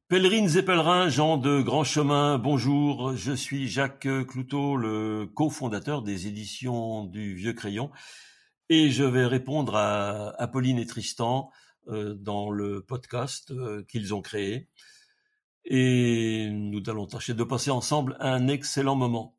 Pèlerines et pèlerins, gens de grand chemin, bonjour, je suis Jacques Cloutot, le cofondateur des éditions du Vieux Crayon, et je vais répondre à Apolline et Tristan dans le podcast qu'ils ont créé, et nous allons tâcher de passer ensemble un excellent moment.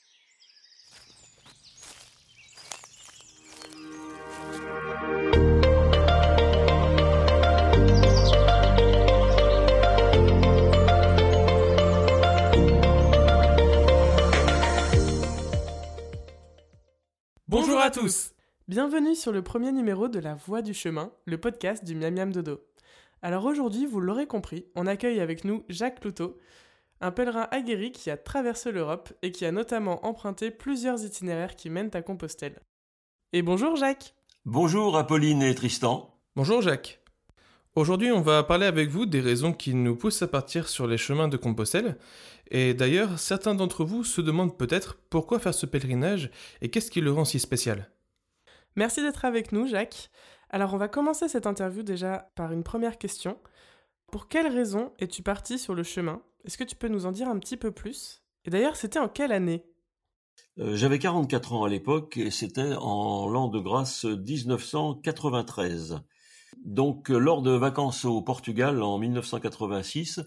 Bonjour à tous. Bienvenue sur le premier numéro de La Voix du Chemin, le podcast du Miam Miam Dodo. Alors aujourd'hui, vous l'aurez compris, on accueille avec nous Jacques Cloutot, un pèlerin aguerri qui a traversé l'Europe et qui a notamment emprunté plusieurs itinéraires qui mènent à Compostelle. Et bonjour Jacques. Bonjour Apolline et Tristan. Bonjour Jacques. Aujourd'hui, on va parler avec vous des raisons qui nous poussent à partir sur les chemins de Compostelle. Et d'ailleurs, certains d'entre vous se demandent peut-être pourquoi faire ce pèlerinage et qu'est-ce qui le rend si spécial. Merci d'être avec nous Jacques. Alors on va commencer cette interview déjà par une première question. Pour quelles raisons es-tu parti sur le chemin ? Est-ce que tu peux nous en dire un petit peu plus ? Et d'ailleurs, c'était en quelle année ? J'avais 44 ans à l'époque et c'était en l'an de grâce 1993. Donc, lors de vacances au Portugal en 1986,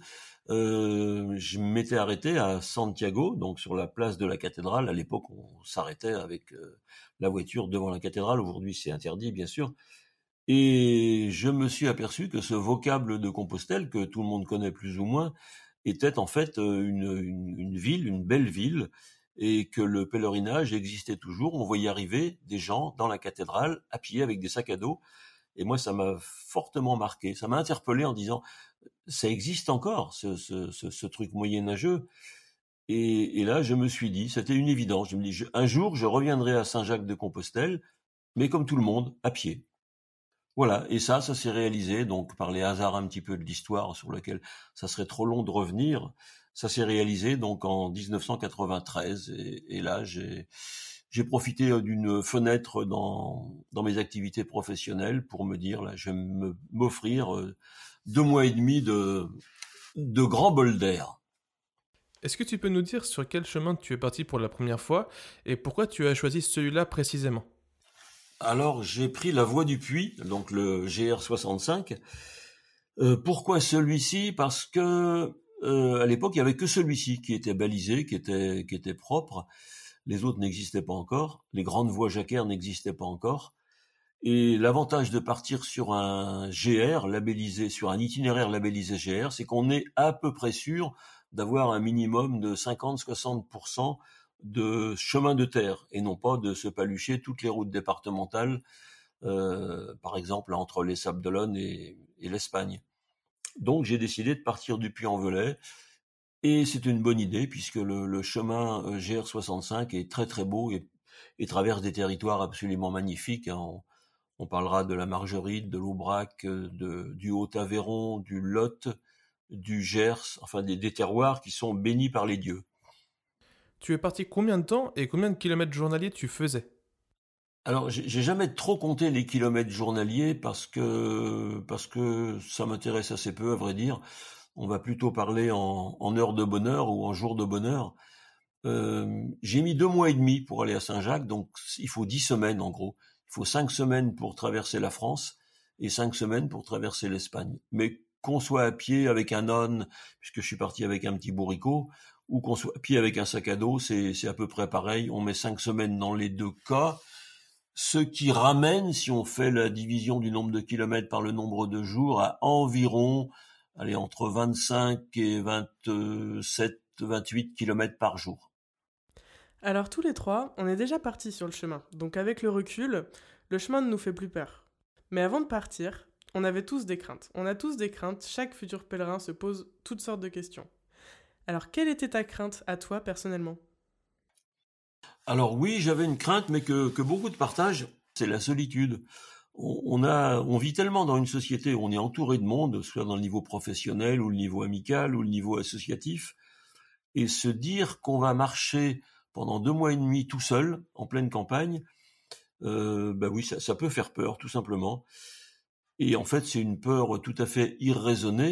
je m'étais arrêté à Santiago, donc sur la place de la cathédrale. À l'époque, on s'arrêtait avec la voiture devant la cathédrale. Aujourd'hui, c'est interdit, bien sûr. Et je me suis aperçu que ce vocable de Compostelle, que tout le monde connaît plus ou moins, était en fait une ville, une belle ville, et que le pèlerinage existait toujours. On voyait arriver des gens dans la cathédrale à pied avec des sacs à dos. Et moi, ça m'a fortement marqué. Ça m'a interpellé en disant, ça existe encore, ce truc moyenâgeux. Et là, je me suis dit, c'était une évidence. Je me dis, un jour, je reviendrai à Saint-Jacques-de-Compostelle, mais comme tout le monde, à pied. Voilà. Et ça s'est réalisé, donc par les hasards un petit peu de l'histoire sur lequel ça serait trop long de revenir. Ça s'est réalisé donc en 1993. Et là, j'ai profité d'une fenêtre dans mes activités professionnelles pour me dire, là, je vais m'offrir 2 mois et demi de grands bols d'air. Est-ce que tu peux nous dire sur quel chemin tu es parti pour la première fois et pourquoi tu as choisi celui-là précisément ? Alors, j'ai pris la voie du Puy, donc le GR65. Pourquoi celui-ci ? Parce que à l'époque, il y avait que celui-ci qui était balisé, qui était propre. Les autres n'existaient pas encore. Les grandes voies jacquaires n'existaient pas encore. Et l'avantage de partir sur un GR labellisé, sur un itinéraire labellisé GR, c'est qu'on est à peu près sûr d'avoir un minimum de 50-60% de chemin de terre et non pas de se palucher toutes les routes départementales, par exemple entre les Sables d'Olonne et l'Espagne. Donc j'ai décidé de partir du Puy-en-Velay. Et c'est une bonne idée puisque le chemin GR65 est très très beau et traverse des territoires absolument magnifiques. On parlera de la Margeride, de l'Aubrac, du Haut-Aveyron, du Lot, du Gers, enfin des terroirs qui sont bénis par les dieux. Tu es parti combien de temps et combien de kilomètres journaliers tu faisais ? Alors, j'ai jamais trop compté les kilomètres journaliers parce que ça m'intéresse assez peu, à vrai dire. On va plutôt parler en heures de bonheur ou en jours de bonheur. J'ai mis 2 mois et demi pour aller à Saint-Jacques, donc il faut 10 semaines en gros. Il faut 5 semaines pour traverser la France et 5 semaines pour traverser l'Espagne. Mais qu'on soit à pied avec un âne, puisque je suis parti avec un petit bourricot, ou qu'on soit à pied avec un sac à dos, c'est à peu près pareil. On met 5 semaines dans les deux cas, ce qui ramène, si on fait la division du nombre de kilomètres par le nombre de jours, à environ entre 25 et 27, 28 kilomètres par jour. Alors tous les trois, on est déjà partis sur le chemin. Donc avec le recul, le chemin ne nous fait plus peur. Mais avant de partir, on avait tous des craintes. On a tous des craintes, chaque futur pèlerin se pose toutes sortes de questions. Alors quelle était ta crainte à toi personnellement ? Alors oui, j'avais une crainte, mais que beaucoup de partagent, c'est la solitude. On vit tellement dans une société où on est entouré de monde, soit dans le niveau professionnel ou le niveau amical ou le niveau associatif, et se dire qu'on va marcher pendant 2 mois et demi tout seul, en pleine campagne, oui, ça peut faire peur, tout simplement. Et en fait, c'est une peur tout à fait irraisonnée,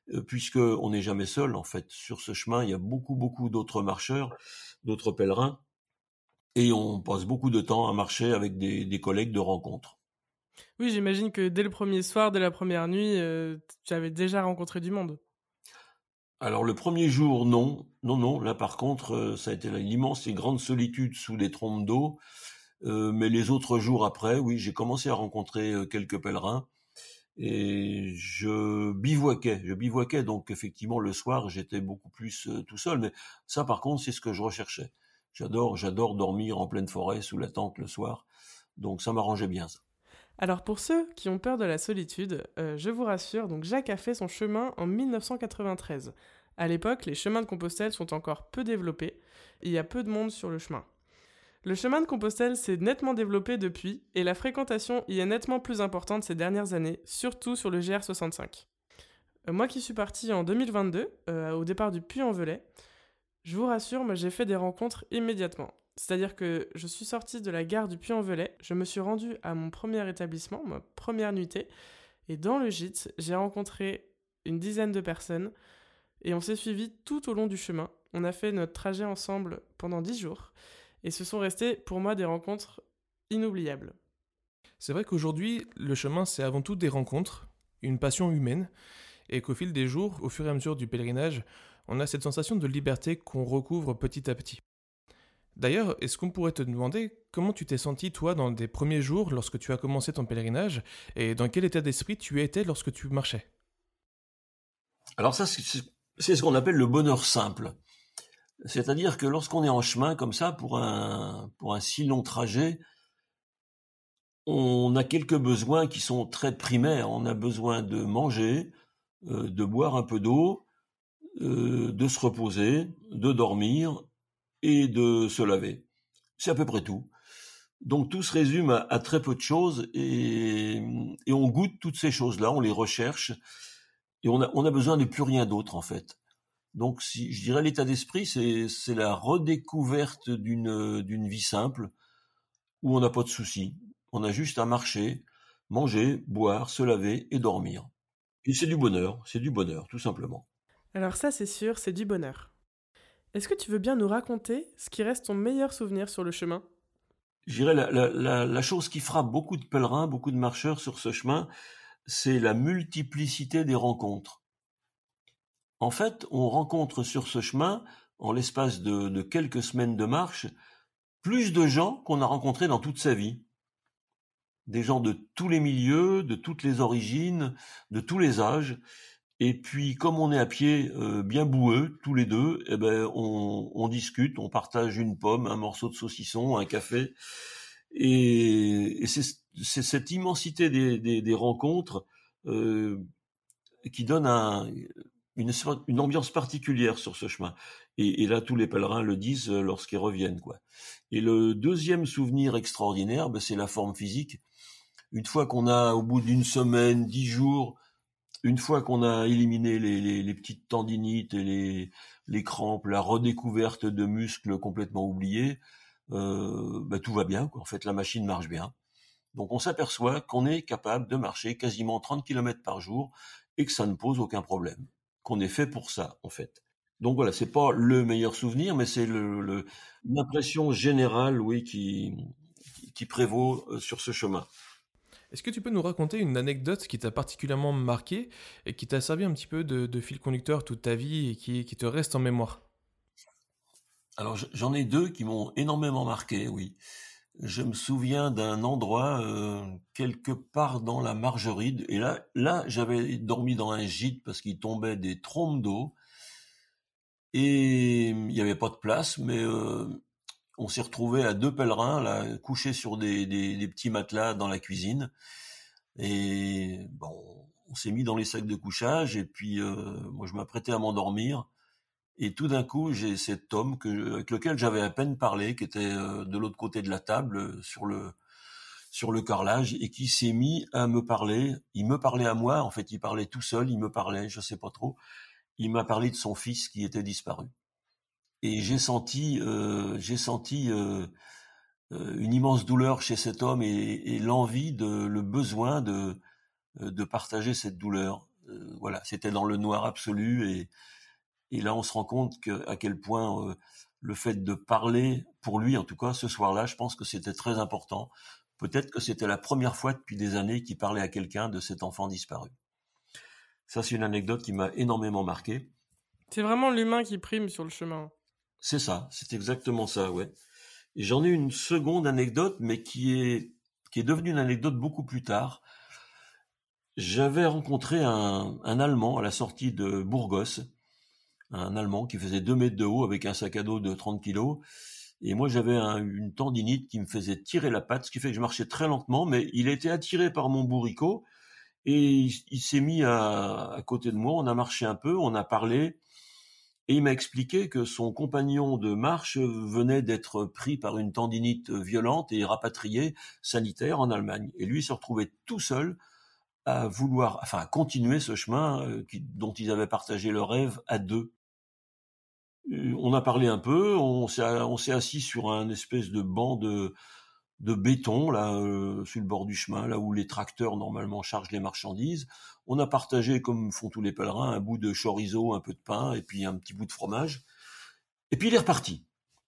puisqu'on n'est jamais seul, en fait. Sur ce chemin, il y a beaucoup d'autres marcheurs, d'autres pèlerins, et on passe beaucoup de temps à marcher avec des collègues de rencontre. Oui, j'imagine que dès le premier soir, dès la première nuit, tu avais déjà rencontré du monde. Alors le premier jour, non. Non. Là, par contre, ça a été l'immense et grande solitude sous des trompes d'eau. Mais les autres jours après, oui, j'ai commencé à rencontrer quelques pèlerins. Et je bivouaquais. Donc effectivement, le soir, j'étais beaucoup plus tout seul. Mais ça, par contre, c'est ce que je recherchais. J'adore dormir en pleine forêt, sous la tente le soir. Donc ça m'arrangeait bien, ça. Alors pour ceux qui ont peur de la solitude, je vous rassure, donc Jacques a fait son chemin en 1993. À l'époque, les chemins de Compostelle sont encore peu développés et il y a peu de monde sur le chemin. Le chemin de Compostelle s'est nettement développé depuis et la fréquentation y est nettement plus importante ces dernières années, surtout sur le GR65. Moi qui suis parti en 2022, au départ du Puy-en-Velay, je vous rassure, moi j'ai fait des rencontres immédiatement. C'est-à-dire que je suis sorti de la gare du Puy-en-Velay, je me suis rendu à mon premier établissement, ma première nuitée, et dans le gîte, j'ai rencontré une dizaine de personnes, et on s'est suivis tout au long du chemin. On a fait notre trajet ensemble pendant 10 jours, et ce sont restés pour moi des rencontres inoubliables. C'est vrai qu'aujourd'hui, le chemin, c'est avant tout des rencontres, une passion humaine, et qu'au fil des jours, au fur et à mesure du pèlerinage, on a cette sensation de liberté qu'on recouvre petit à petit. D'ailleurs, est-ce qu'on pourrait te demander comment tu t'es senti toi dans tes premiers jours lorsque tu as commencé ton pèlerinage et dans quel état d'esprit tu étais lorsque tu marchais? Alors ça, c'est ce qu'on appelle le bonheur simple. C'est-à-dire que lorsqu'on est en chemin comme ça, pour un si long trajet, on a quelques besoins qui sont très primaires. On a besoin de manger, de boire un peu d'eau, de se reposer, de dormir et de se laver. C'est à peu près tout. Donc tout se résume à très peu de choses et on goûte toutes ces choses-là, on les recherche et on a besoin de plus rien d'autre en fait. Donc si je dirais l'état d'esprit, c'est la redécouverte d'une vie simple où on n'a pas de soucis. On a juste à marcher, manger, boire, se laver et dormir. Et c'est du bonheur, tout simplement. Alors ça c'est sûr, c'est du bonheur. Est-ce que tu veux bien nous raconter ce qui reste ton meilleur souvenir sur le chemin ? Je dirais la chose qui frappe beaucoup de pèlerins, beaucoup de marcheurs sur ce chemin, c'est la multiplicité des rencontres. En fait, on rencontre sur ce chemin, en l'espace de quelques semaines de marche, plus de gens qu'on a rencontrés dans toute sa vie. Des gens de tous les milieux, de toutes les origines, de tous les âges. Et puis, comme on est à pied, bien boueux, tous les deux, eh ben, on discute, on partage une pomme, un morceau de saucisson, un café. Et c'est cette immensité des rencontres qui donne une ambiance particulière sur ce chemin. Et là, tous les pèlerins le disent lorsqu'ils reviennent, quoi. Et le deuxième souvenir extraordinaire, ben, c'est la forme physique. Une fois qu'on a, au bout d'une semaine, 10 jours, une fois qu'on a éliminé les petites tendinites et les crampes, la redécouverte de muscles complètement oubliés, ben, tout va bien, quoi. En fait, la machine marche bien. Donc on s'aperçoit qu'on est capable de marcher quasiment 30 km par jour et que ça ne pose aucun problème, qu'on est fait pour ça, en fait. Donc voilà, c'est pas le meilleur souvenir, mais c'est l'impression générale, oui, qui prévaut sur ce chemin. Est-ce que tu peux nous raconter une anecdote qui t'a particulièrement marqué et qui t'a servi un petit peu de fil conducteur toute ta vie et qui te reste en mémoire? Alors j'en ai deux qui m'ont énormément marqué, oui. Je me souviens d'un endroit quelque part dans la Margeride, et là j'avais dormi dans un gîte parce qu'il tombait des trompes d'eau et il n'y avait pas de place, mais on s'est retrouvés à deux pèlerins là, couchés sur des petits matelas dans la cuisine, et bon, on s'est mis dans les sacs de couchage et puis moi je m'apprêtais à m'endormir. Et tout d'un coup, j'ai cet homme avec lequel j'avais à peine parlé, qui était de l'autre côté de la table, sur le carrelage, et qui s'est mis à me parler. Il me parlait à moi, en fait, il parlait tout seul, il me parlait, je sais pas trop. Il m'a parlé de son fils qui était disparu. Et j'ai senti une immense douleur chez cet homme et l'envie, le besoin de partager cette douleur. Voilà, c'était dans le noir absolu et là on se rend compte à quel point le fait de parler, pour lui en tout cas, ce soir-là, je pense que c'était très important. Peut-être que c'était la première fois depuis des années qu'il parlait à quelqu'un de cet enfant disparu. Ça, c'est une anecdote qui m'a énormément marqué. C'est vraiment l'humain qui prime sur le chemin. C'est ça, c'est exactement ça, ouais. Et j'en ai une seconde anecdote, mais qui est devenue une anecdote beaucoup plus tard. J'avais rencontré un Allemand à la sortie de Burgos, un Allemand qui faisait 2 mètres de haut avec un sac à dos de 30 kilos. Et moi, j'avais une tendinite qui me faisait tirer la patte, ce qui fait que je marchais très lentement, mais il a été attiré par mon bourricot et il s'est mis à côté de moi. On a marché un peu, on a parlé et il m'a expliqué que son compagnon de marche venait d'être pris par une tendinite violente et rapatrié sanitaire en Allemagne. Et lui, il se retrouvait tout seul à à continuer ce chemin dont ils avaient partagé le rêve à deux. On a parlé un peu, on s'est assis sur un espèce de banc de béton là sur le bord du chemin, là où les tracteurs normalement chargent les marchandises. On a partagé, comme font tous les pèlerins, un bout de chorizo, un peu de pain et puis un petit bout de fromage. Et puis il est reparti.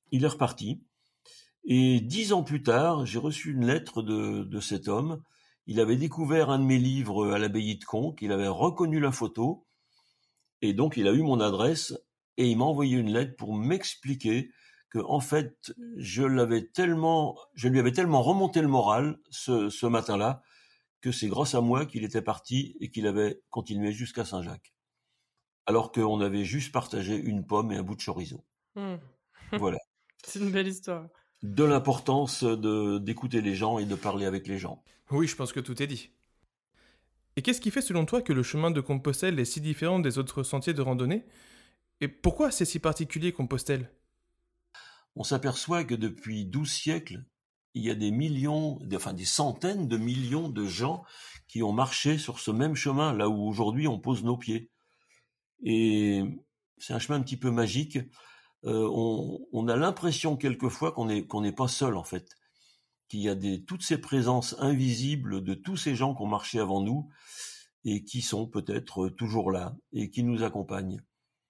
Et 10 ans plus tard, j'ai reçu une lettre de cet homme. Il avait découvert un de mes livres à l'abbaye de Conques, il avait reconnu la photo, et donc il a eu mon adresse, et il m'a envoyé une lettre pour m'expliquer que, en fait, je lui avais tellement remonté le moral ce matin-là, que c'est grâce à moi qu'il était parti et qu'il avait continué jusqu'à Saint-Jacques. Alors qu'on avait juste partagé une pomme et un bout de chorizo. Voilà. C'est une belle histoire. De l'importance d'écouter les gens et de parler avec les gens. Oui, je pense que tout est dit. Et qu'est-ce qui fait selon toi que le chemin de Compostelle est si différent des autres sentiers de randonnée ? Et pourquoi c'est si particulier Compostelle ? On s'aperçoit que depuis 12 siècles, il y a des centaines de millions de gens qui ont marché sur ce même chemin, là où aujourd'hui on pose nos pieds. Et c'est un chemin un petit peu magique. On a l'impression quelquefois qu'on n'est pas seul en fait, qu'il y a toutes ces présences invisibles de tous ces gens qui ont marché avant nous et qui sont peut-être toujours là et qui nous accompagnent.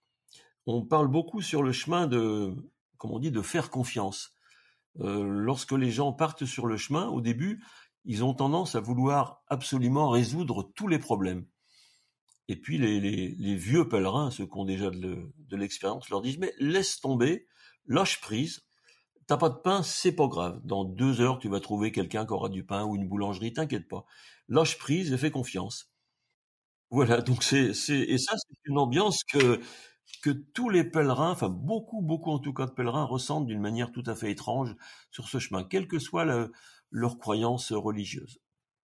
On parle beaucoup sur le chemin de faire confiance. Lorsque les gens partent sur le chemin, au début, ils ont tendance à vouloir absolument résoudre tous les problèmes. Et puis les vieux pèlerins, ceux qui ont déjà de l'expérience, leur disent « Mais laisse tomber, lâche prise, t'as pas de pain, c'est pas grave. Dans 2 heures, tu vas trouver quelqu'un qui aura du pain ou une boulangerie, t'inquiète pas. Lâche prise et fais confiance. » Voilà, donc et ça, c'est une ambiance que tous les pèlerins, enfin beaucoup en tout cas de pèlerins, ressentent d'une manière tout à fait étrange sur ce chemin, quelle que soit leur croyance religieuse.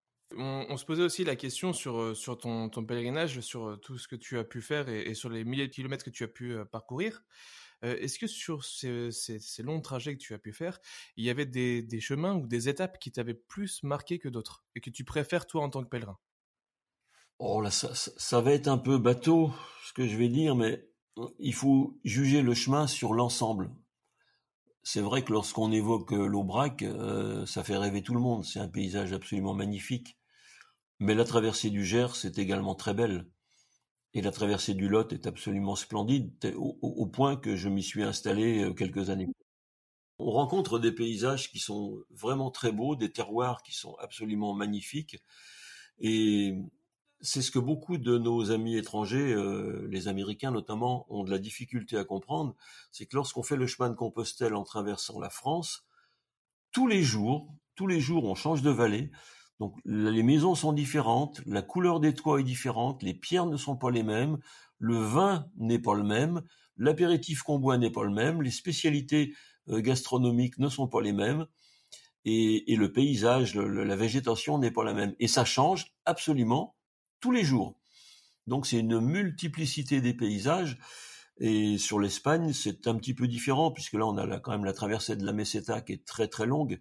On se posait aussi la question sur ton pèlerinage, sur tout ce que tu as pu faire et sur les milliers de kilomètres que tu as pu parcourir. Est-ce que sur ces longs trajets que tu as pu faire, il y avait des chemins ou des étapes qui t'avaient plus marqué que d'autres et que tu préfères toi en tant que pèlerin ? Oh là, ça va être un peu bateau ce que je vais dire, mais il faut juger le chemin sur l'ensemble. C'est vrai que lorsqu'on évoque l'Aubrac, ça fait rêver tout le monde. C'est un paysage absolument magnifique. Mais la traversée du Gers est également très belle. Et la traversée du Lot est absolument splendide, au point que je m'y suis installé quelques années. On rencontre des paysages qui sont vraiment très beaux, des terroirs qui sont absolument magnifiques. Et c'est ce que beaucoup de nos amis étrangers, les Américains notamment, ont de la difficulté à comprendre, c'est que lorsqu'on fait le chemin de Compostelle en traversant la France, tous les jours, on change de vallée. Donc les maisons sont différentes, la couleur des toits est différente, les pierres ne sont pas les mêmes, le vin n'est pas le même, l'apéritif qu'on boit n'est pas le même, les spécialités gastronomiques ne sont pas les mêmes, et le paysage, la végétation n'est pas la même. Et ça change absolument tous les jours. Donc c'est une multiplicité des paysages. Et sur l'Espagne, c'est un petit peu différent, puisque là on a quand même la traversée de la Meseta qui est très très longue.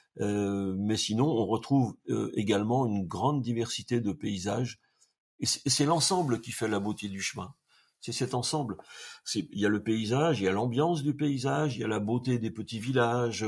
Mais sinon, on retrouve également une grande diversité de paysages. Et c'est l'ensemble qui fait la beauté du chemin. C'est cet ensemble. Il y a le paysage, il y a l'ambiance du paysage, il y a la beauté des petits villages.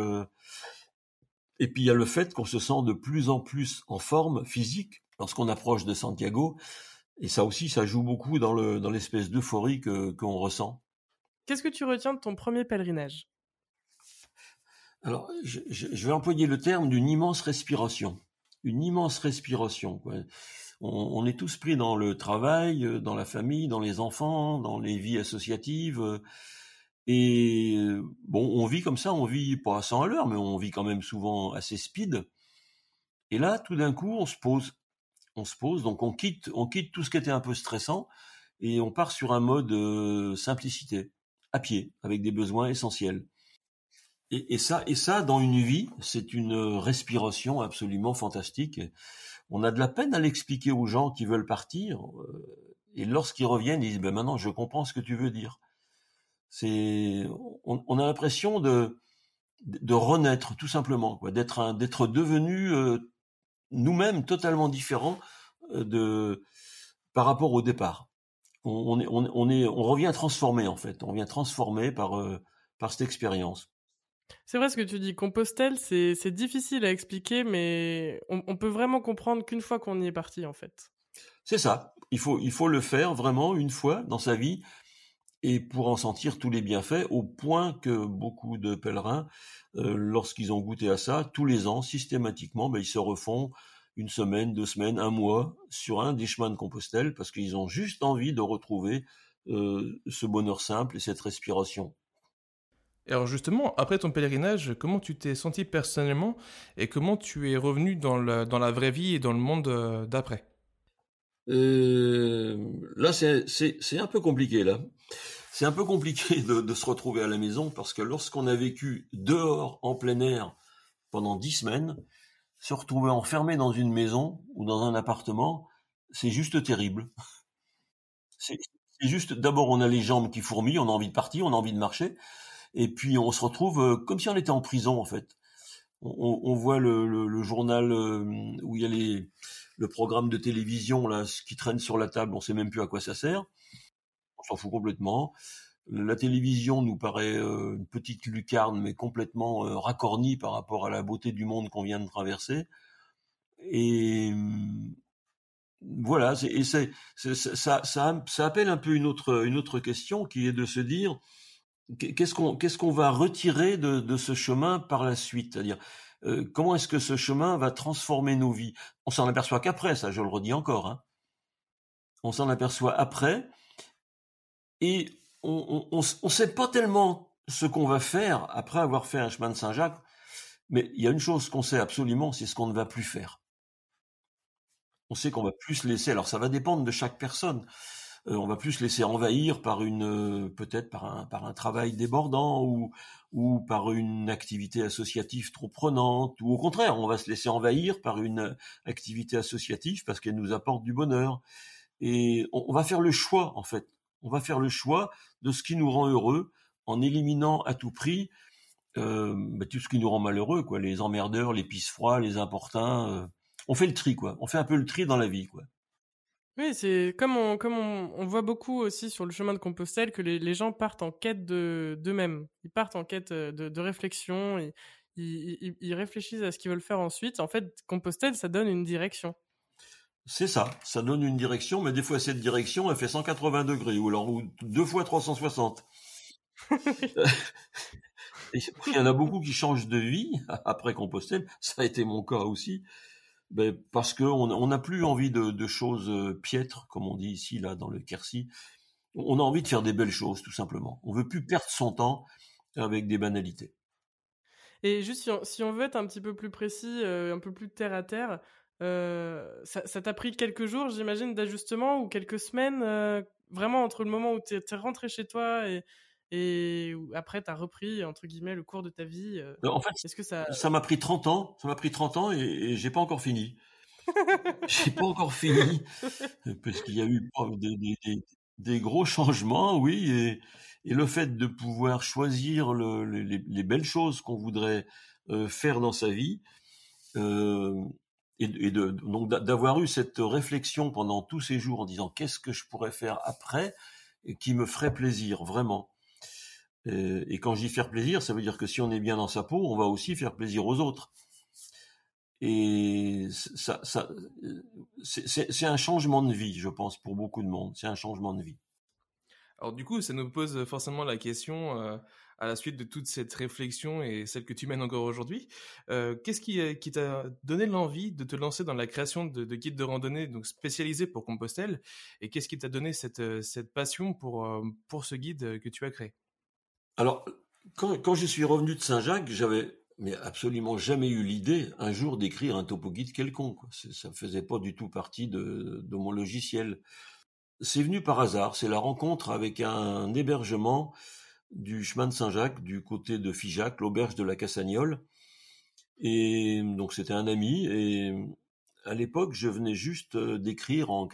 Et puis il y a le fait qu'on se sent de plus en plus en forme physique lorsqu'on approche de Santiago. Et ça aussi, ça joue beaucoup dans l'espèce d'euphorie qu'on ressent. Qu'est-ce que tu retiens de ton premier pèlerinage? Alors, je vais employer le terme d'une immense respiration. Une immense respiration, quoi. On est tous pris dans le travail, dans la famille, dans les enfants, dans les vies associatives. Et bon, on vit comme ça, on vit pas à 100 à l'heure, mais on vit quand même souvent assez speed. Et là, tout d'un coup, on se pose. Donc on quitte tout ce qui était un peu stressant et on part sur un mode simplicité, à pied, avec des besoins essentiels. Et ça, dans une vie, c'est une respiration absolument fantastique. On a de la peine à l'expliquer aux gens qui veulent partir, et lorsqu'ils reviennent, ils disent ben maintenant je comprends ce que tu veux dire. On a l'impression de renaître tout simplement, quoi, d'être devenu nous-mêmes totalement différents par rapport au départ. On revient transformé en fait. On vient transformé par cette expérience. C'est vrai ce que tu dis, Compostelle, c'est difficile à expliquer, mais on peut vraiment comprendre qu'une fois qu'on y est parti, en fait. C'est ça. Il faut le faire vraiment une fois dans sa vie et pour en sentir tous les bienfaits, au point que beaucoup de pèlerins, lorsqu'ils ont goûté à ça, tous les ans, systématiquement, ils se refont une semaine, 2 semaines, un mois sur un des chemins de Compostelle parce qu'ils ont juste envie de retrouver ce bonheur simple et cette respiration. Et alors justement, après ton pèlerinage, comment tu t'es senti personnellement et comment tu es revenu dans la vraie vie et dans le monde d'après? Là, c'est un peu compliqué, là. C'est un peu compliqué de se retrouver à la maison parce que lorsqu'on a vécu dehors, en plein air, pendant 10 semaines, se retrouver enfermé dans une maison ou dans un appartement, c'est juste terrible. C'est juste, d'abord, on a les jambes qui fourmillent, on a envie de partir, on a envie de marcher, et puis on se retrouve comme si on était en prison, en fait. On voit le journal où il y a le programme de télévision là, ce qui traîne sur la table, on sait même plus à quoi ça sert. On s'en fout complètement. La télévision nous paraît une petite lucarne, mais complètement racornie par rapport à la beauté du monde qu'on vient de traverser. Et voilà, ça appelle un peu une autre question qui est de se dire qu'est-ce qu'on va retirer de ce chemin par la suite, c'est-à-dire comment est-ce que ce chemin va transformer nos vies. On s'en aperçoit qu'après, ça je le redis encore, hein. On s'en aperçoit après et on sait pas tellement ce qu'on va faire après avoir fait un chemin de Saint-Jacques, mais il y a une chose qu'on sait absolument, c'est ce qu'on ne va plus faire. On sait qu'on va plus se laisser, alors ça va dépendre de chaque personne, on va plus se laisser envahir par peut-être par un travail débordant ou par une activité associative trop prenante, ou au contraire, on va se laisser envahir par une activité associative parce qu'elle nous apporte du bonheur. Et on va faire le choix, en fait. On va faire le choix de ce qui nous rend heureux en éliminant à tout prix tout ce qui nous rend malheureux, quoi, les emmerdeurs, les pisse-froids, les importuns. On fait le tri, quoi. On fait un peu le tri dans la vie, quoi. Oui, c'est comme on voit beaucoup aussi sur le chemin de Compostelle que les gens partent en quête d'eux-mêmes. Ils partent en quête de réflexion, ils réfléchissent à ce qu'ils veulent faire ensuite. En fait, Compostelle, ça donne une direction. C'est ça donne une direction, mais des fois cette direction, elle fait 180 degrés, ou 2 fois 360. Et il y en a beaucoup qui changent de vie après Compostelle, ça a été mon cas aussi, parce qu'on n'a plus envie de choses piètres, comme on dit ici, là, dans le Quercy. On a envie de faire des belles choses, tout simplement. On veut plus perdre son temps avec des banalités. Et juste si on veut être un petit peu plus précis, un peu plus terre à terre, ça t'a pris quelques jours, j'imagine, d'ajustement ou quelques semaines, vraiment entre le moment où t'es rentré chez toi et où après t'as repris entre guillemets le cours de ta vie. En fait, Est-ce que ça ça m'a pris 30 ans. Ça m'a pris 30 ans et j'ai pas encore fini. J'ai pas encore fini parce qu'il y a eu des gros changements, oui, et le fait de pouvoir choisir les belles choses qu'on voudrait faire dans sa vie, donc d'avoir eu cette réflexion pendant tous ces jours en disant qu'est-ce que je pourrais faire après et qui me ferait plaisir vraiment. Et quand je dis faire plaisir, ça veut dire que si on est bien dans sa peau, on va aussi faire plaisir aux autres. Et c'est un changement de vie, je pense, pour beaucoup de monde. C'est un changement de vie. Alors du coup, ça nous pose forcément la question, à la suite de toute cette réflexion et celle que tu mènes encore aujourd'hui, qu'est-ce qui t'a donné l'envie de te lancer dans la création de guides de randonnée donc spécialisés pour Compostelle, et qu'est-ce qui t'a donné cette passion pour ce guide que tu as créé? Alors, quand je suis revenu de Saint-Jacques, j'avais mais absolument jamais eu l'idée un jour d'écrire un topo guide quelconque, quoi. Ça ne faisait pas du tout partie de mon logiciel. C'est venu par hasard, c'est la rencontre avec un hébergement du chemin de Saint-Jacques, du côté de Figeac, l'auberge de la Cassagnole. Et donc c'était un ami, et à l'époque, je venais juste d'écrire en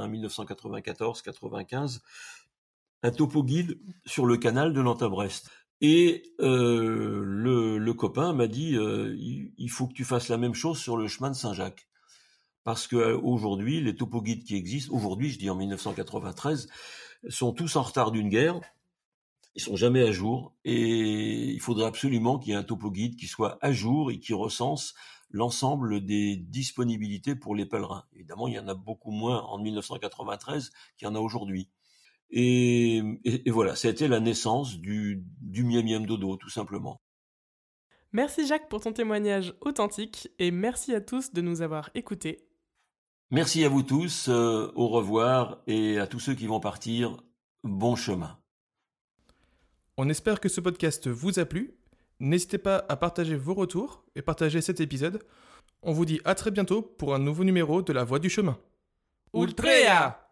1994-95 un topo guide sur le canal de Nantes à Brest. Et le copain m'a dit il faut que tu fasses la même chose sur le chemin de Saint-Jacques. Parce qu'aujourd'hui, les topo guides qui existent, aujourd'hui, je dis en 1993, sont tous en retard d'une guerre. Ils sont jamais à jour. Et il faudrait absolument qu'il y ait un topo guide qui soit à jour et qui recense l'ensemble des disponibilités pour les pèlerins. Évidemment, il y en a beaucoup moins en 1993 qu'il y en a aujourd'hui. Et voilà, ça a été la naissance du Miam Miam Dodo, tout simplement. Merci Jacques pour ton témoignage authentique et merci à tous de nous avoir écoutés. Merci à vous tous, au revoir, et à tous ceux qui vont partir, bon chemin. On espère que ce podcast vous a plu. N'hésitez pas à partager vos retours et partager cet épisode. On vous dit à très bientôt pour un nouveau numéro de La Voix du Chemin. Ultreia!